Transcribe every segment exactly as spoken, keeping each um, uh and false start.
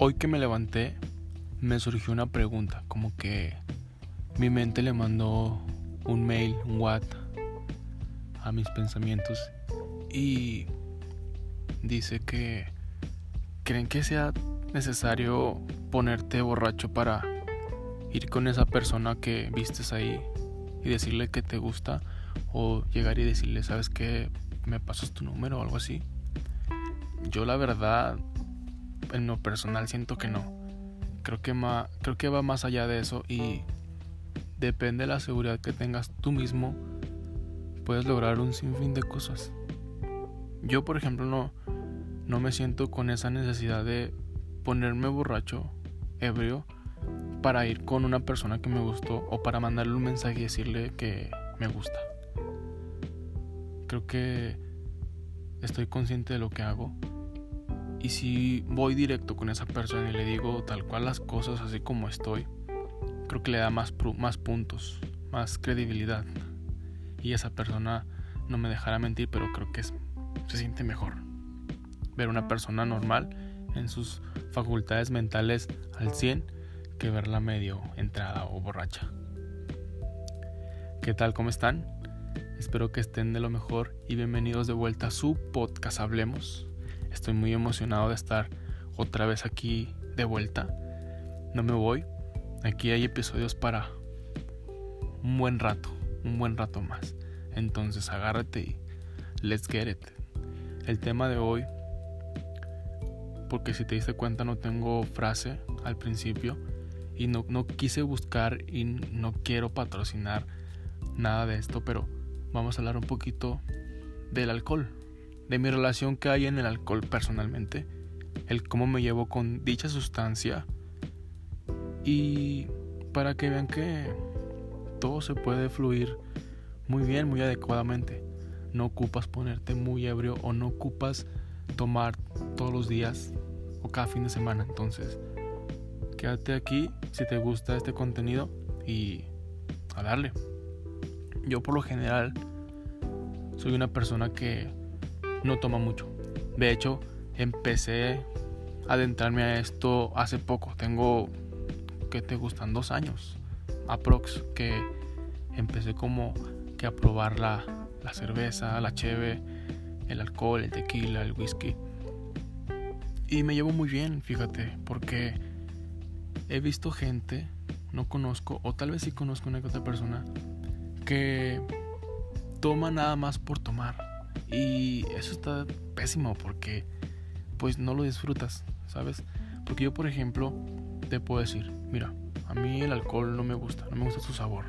hoy que me levanté me surgió una pregunta, como que mi mente le mandó un mail, un WhatsApp a mis pensamientos y dice que creen que sea necesario ponerte borracho para ir con esa persona que vistes ahí y decirle que te gusta, o llegar y decirle, ¿sabes qué? ¿Me pasas tu número o algo así? Yo la verdad, en lo personal siento que no. Creo que, ma, creo que va más allá de eso y depende de la seguridad que tengas tú mismo, puedes lograr un sinfín de cosas. Yo, por ejemplo, no, no me siento con esa necesidad de ponerme borracho, ebrio, para ir con una persona que me gustó o para mandarle un mensaje y decirle que me gusta. Creo que estoy consciente de lo que hago, y si voy directo con esa persona y le digo tal cual las cosas así como estoy, creo que le da más, más puntos, más credibilidad, y esa persona no me dejará mentir, pero creo que es, se siente mejor ver una persona normal en sus facultades mentales al cien que verla medio entrada o borracha. ¿Qué tal? ¿Cómo están? Espero que estén de lo mejor y bienvenidos de vuelta a su podcast Hablemos. Estoy muy emocionado de estar otra vez aquí de vuelta. No me voy. Aquí hay episodios para un buen rato, un buen rato más. Entonces agárrate y let's get it. El tema de hoy, porque si te diste cuenta no tengo frase al principio y no, no quise buscar y no quiero patrocinar nada de esto, pero vamos a hablar un poquito del alcohol, de mi relación que hay en el alcohol personalmente, el cómo me llevo con dicha sustancia, y para que vean que todo se puede fluir muy bien, muy adecuadamente. No ocupas ponerte muy ebrio o no ocupas tomar todos los días o cada fin de semana. Entonces quédate aquí si te gusta este contenido y a darle. Yo por lo general soy una persona que no toma mucho. De hecho, empecé a adentrarme a esto hace poco. Tengo, ¿qué te gustan? Dos años aprox que empecé como que a probar la, la cerveza, la cheve, el alcohol, el tequila, el whisky. Y me llevo muy bien, fíjate, porque he visto gente, no conozco, o tal vez sí conozco una que otra persona, que toma nada más por tomar. Y eso está pésimo porque pues no lo disfrutas, ¿sabes? Porque yo, por ejemplo, te puedo decir, mira, a mí el alcohol no me gusta, no me gusta su sabor.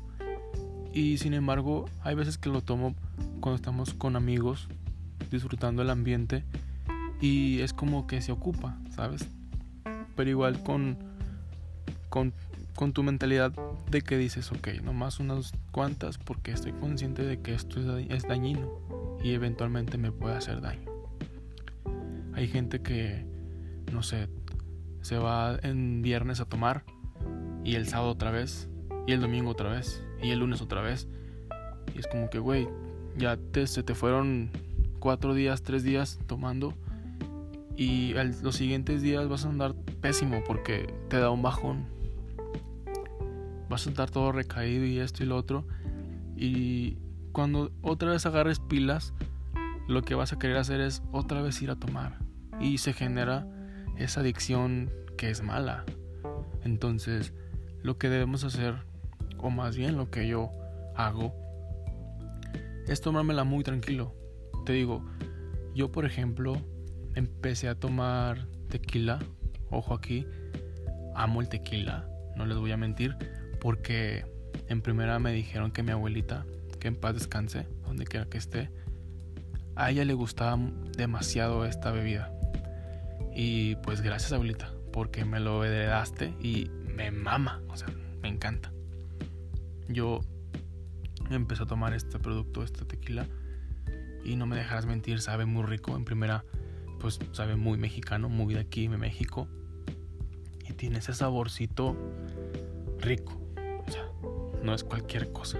Y sin embargo, hay veces que lo tomo cuando estamos con amigos, disfrutando el ambiente, y es como que se ocupa, ¿sabes? Pero igual con, con, con tu mentalidad de que dices, ok, nomás unas cuantas porque estoy consciente de que esto es, es dañino y eventualmente me puede hacer daño. Hay gente que, no sé, se va en viernes a tomar y el sábado otra vez y el domingo otra vez y el lunes otra vez, y es como que, güey, ya te, se te fueron cuatro días, tres días tomando, y el, los siguientes días vas a andar pésimo porque te da un bajón, vas a estar todo recaído y esto y lo otro, y cuando otra vez agarres pilas, lo que vas a querer hacer es otra vez ir a tomar, y se genera esa adicción que es mala. Entonces lo que debemos hacer, o más bien lo que yo hago, es tomármela muy tranquilo. Te digo, yo por ejemplo empecé a tomar tequila. Ojo aquí, amo el tequila, no les voy a mentir, porque en primera me dijeron que mi abuelita, que en paz descanse, donde quiera que esté, a ella le gustaba demasiado esta bebida. Y pues gracias, abuelita, porque me lo heredaste y me mama, o sea, me encanta. Yo empecé a tomar este producto, este tequila, y no me dejarás mentir, sabe muy rico. En primera, pues sabe muy mexicano, muy de aquí, de México, y tiene ese saborcito rico, o sea, no es cualquier cosa.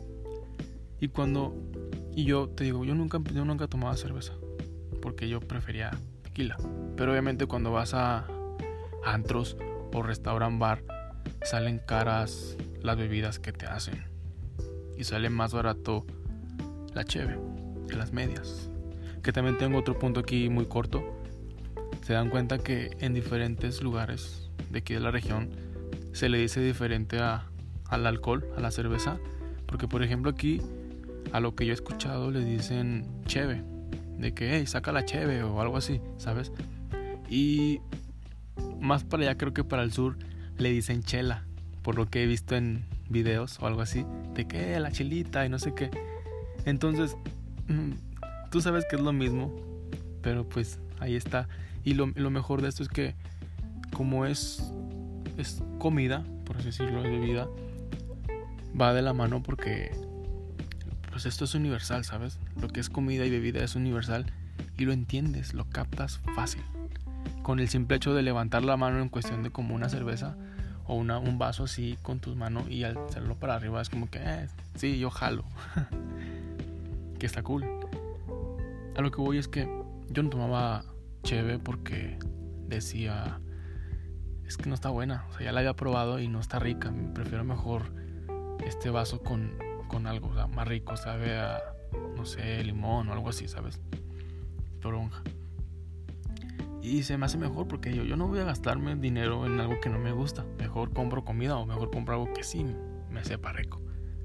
Y cuando, y yo te digo, yo nunca, yo nunca tomaba cerveza, porque yo prefería tequila. Pero obviamente cuando vas a, antros o restaurant bar, salen caras las bebidas que te hacen. Y sale más barato la cheve que las medias. Que también tengo otro punto aquí muy corto. Se dan cuenta que en diferentes lugares de aquí de la región se le dice diferente a, al alcohol, a la cerveza. Porque por ejemplo aquí, a lo que yo he escuchado, le dicen cheve. De que, hey, saca la cheve o algo así, ¿sabes? Y más para allá, creo que para el sur, le dicen chela. Por lo que he visto en videos o algo así. De que, la chelita y no sé qué. Entonces, tú sabes que es lo mismo. Pero pues, ahí está. Y lo, lo mejor de esto es que, como es, es comida, por así decirlo, es bebida, va de la mano porque... pues esto es universal, ¿sabes? Lo que es comida y bebida es universal y lo entiendes, lo captas fácil. Con el simple hecho de levantar la mano en cuestión de como una cerveza o una, un vaso así con tus manos y al hacerlo para arriba es como que, eh, sí, yo jalo. Que está cool. A lo que voy es que yo no tomaba cheve porque decía, es que no está buena. O sea, ya la había probado y no está rica. Prefiero mejor este vaso con... con algo, o sea, más rico, sabe a, no sé, limón o algo así, ¿sabes? Toronja. Y se me hace mejor porque yo, yo no voy a gastarme dinero en algo que no me gusta. Mejor compro comida o mejor compro algo que sí me sepa rico.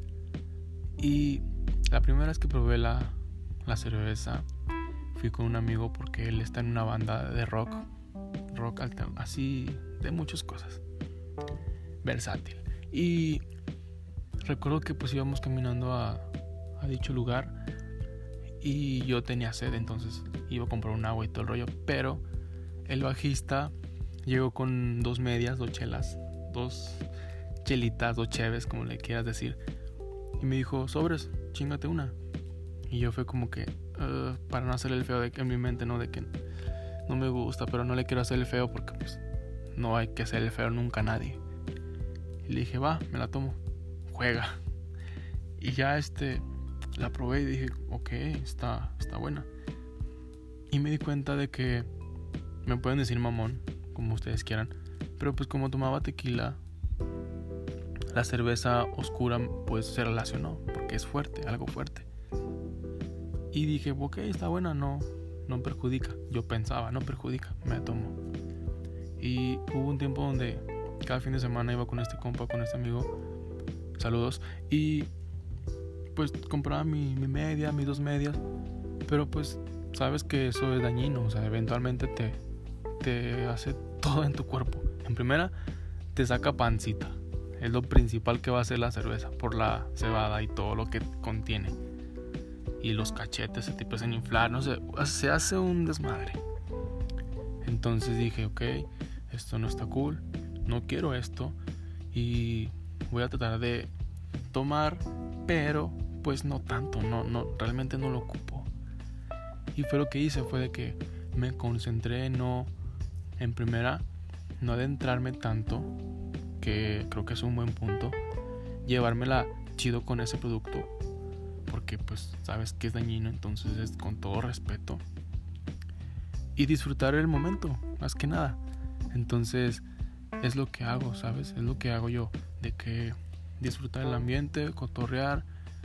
Y la primera vez que probé la, la cerveza, fui con un amigo porque él está en una banda de rock, rock alta, así de muchas cosas, versátil. Y recuerdo que pues íbamos caminando a, a dicho lugar y yo tenía sed, entonces iba a comprar un agua y todo el rollo, pero el bajista llegó con dos medias, dos chelas, dos chelitas, dos cheves, como le quieras decir, y me dijo, sobres, chíngate una. Y yo fue como que, uh, para no hacer el feo de que en mi mente, ¿no? De que no me gusta, pero no le quiero hacer el feo porque pues no hay que hacer el feo nunca a nadie. Y le dije, va, me la tomo. Juega. Y ya este la probé y dije, ok, está, está buena. Y me di cuenta de que me pueden decir mamón, como ustedes quieran, pero pues como tomaba tequila, la cerveza oscura pues se relacionó, porque es fuerte, algo fuerte. Y dije, ok, está buena, no, no perjudica. Yo pensaba, no perjudica, me la tomo. Y hubo un tiempo donde cada fin de semana iba con este compa, con este amigo, saludos, y pues compraba mi, mi media, mis dos medias, pero pues sabes que eso es dañino, o sea, eventualmente te, te hace todo en tu cuerpo. En primera, te saca pancita, es lo principal que va a hacer la cerveza, por la cebada y todo lo que contiene. Y los cachetes se te empiezan a inflar, no sé, se hace un desmadre. Entonces dije, ok, esto no está cool, no quiero esto y voy a tratar de tomar, pero pues no tanto, no, no, realmente no lo ocupo. Y fue lo que hice, fue de que me concentré no, en primera, no adentrarme tanto, que creo que es un buen punto, llevármela chido con ese producto, porque pues sabes que es dañino, entonces es con todo respeto. Y disfrutar el momento, más que nada. Entonces es lo que hago, ¿sabes? Es lo que hago yo, de que disfrutar el ambiente, cotorrear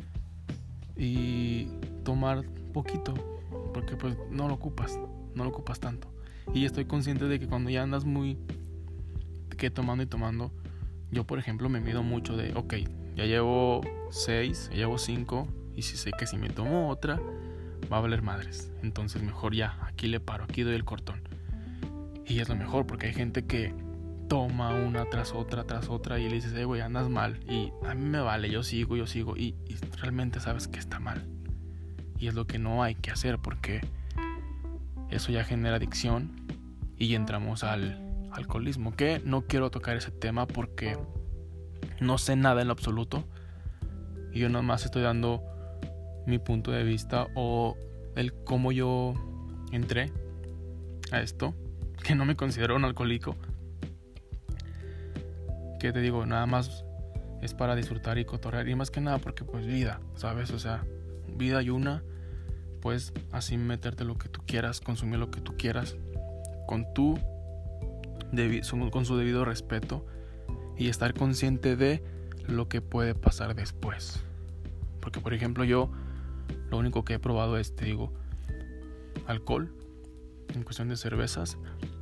y tomar poquito, porque pues no lo ocupas, no lo ocupas tanto. Y estoy consciente de que cuando ya andas muy que tomando y tomando, yo por ejemplo me mido mucho de, ok, ya llevo seis, ya llevo cinco, y si sé que si me tomo otra va a valer madres, entonces mejor ya, aquí le paro, aquí doy el cortón. Y es lo mejor, porque hay gente que toma una tras otra, tras otra, y le dices, eh, güey, andas mal, y a mí me vale, yo sigo, yo sigo, y, y realmente sabes que está mal. Y es lo que no hay que hacer, porque eso ya genera adicción y entramos al alcoholismo, que no quiero tocar ese tema porque no sé nada en lo absoluto, y yo nomás estoy dando mi punto de vista o el cómo yo entré a esto, que no me considero un alcohólico, que te digo, nada más es para disfrutar y cotorrear, y más que nada porque pues vida, ¿sabes? O sea, vida hay una, pues así meterte lo que tú quieras, consumir lo que tú quieras, con tu debi- con su debido respeto y estar consciente de lo que puede pasar después. Porque, por ejemplo, yo lo único que he probado es, te digo, alcohol en cuestión de cervezas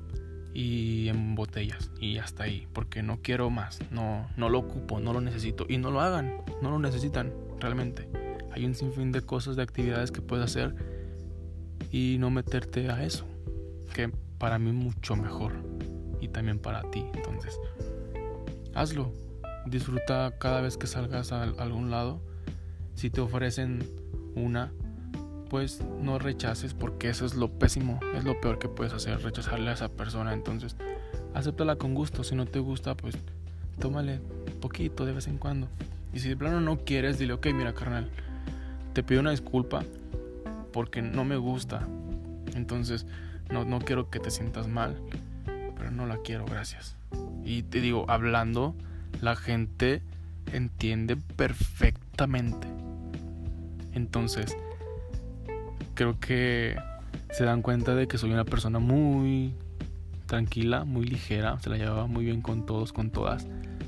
y en botellas, y hasta ahí, porque no quiero más, no, no lo ocupo, no lo necesito, y no lo hagan, no lo necesitan realmente. Hay un sinfín de cosas, de actividades que puedes hacer y no meterte a eso, que para mí mucho mejor y también para ti. Entonces hazlo, disfruta cada vez que salgas a algún lado. Si te ofrecen una, pues no rechaces, porque eso es lo pésimo, es lo peor que puedes hacer, rechazarle a esa persona. Entonces acéptala con gusto. Si no te gusta, pues tómale poquito de vez en cuando. Y si de plano no quieres, dile: ok, mira, carnal, te pido una disculpa porque no me gusta, entonces no, no quiero que te sientas mal, pero no la quiero, gracias. Y te digo, hablando, la gente entiende perfectamente. Entonces creo que se dan cuenta de que soy una persona muy tranquila, muy ligera, se la llevaba muy bien con todos, con todas,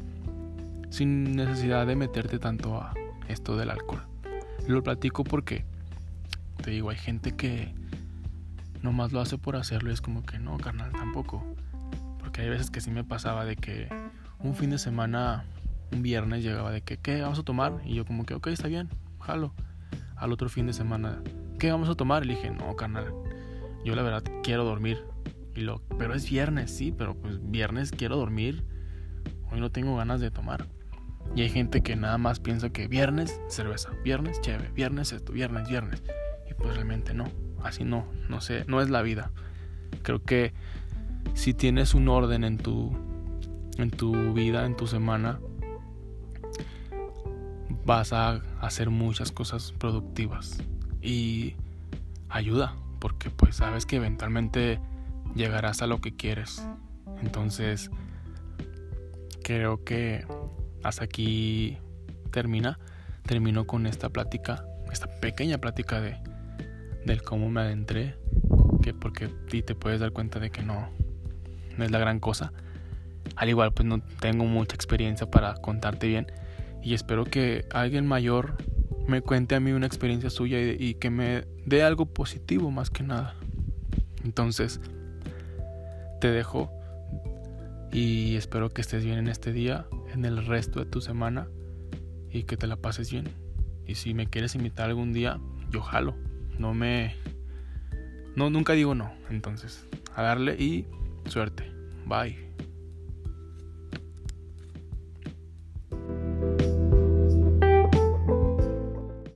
sin necesidad de meterte tanto a esto del alcohol. Lo platico porque, te digo, hay gente que nomás lo hace por hacerlo y es como que no, carnal, tampoco. Porque hay veces que sí me pasaba de que un fin de semana, un viernes, llegaba de que, ¿qué? ¿Vamos a tomar? Y yo como que, ok, está bien, jalo. Al otro fin de semana, ¿qué vamos a tomar? Y le dije, no, carnal, yo la verdad quiero dormir. Y lo, pero es viernes, sí, pero pues viernes quiero dormir. Hoy no tengo ganas de tomar. Y hay gente que nada más piensa que viernes, cerveza, viernes, cheve, viernes esto, viernes, viernes. Y pues realmente no, así no, no sé, no es la vida. Creo que si tienes un orden en tu, en tu vida, en tu semana, vas a hacer muchas cosas productivas. Y ayuda, porque pues sabes que eventualmente llegarás a lo que quieres. Entonces creo que hasta aquí termina. Termino con esta plática, esta pequeña plática de del cómo me adentré, que porque ti te puedes dar cuenta de que no, no es la gran cosa. Al igual, pues no tengo mucha experiencia para contarte bien, y espero que alguien mayor me cuente a mí una experiencia suya y, y que me dé algo positivo más que nada. Entonces te dejo y espero que estés bien en este día, en el resto de tu semana, y que te la pases bien. Y si me quieres invitar algún día, yo jalo. No me... No, nunca digo no. Entonces, a darle y suerte. Bye.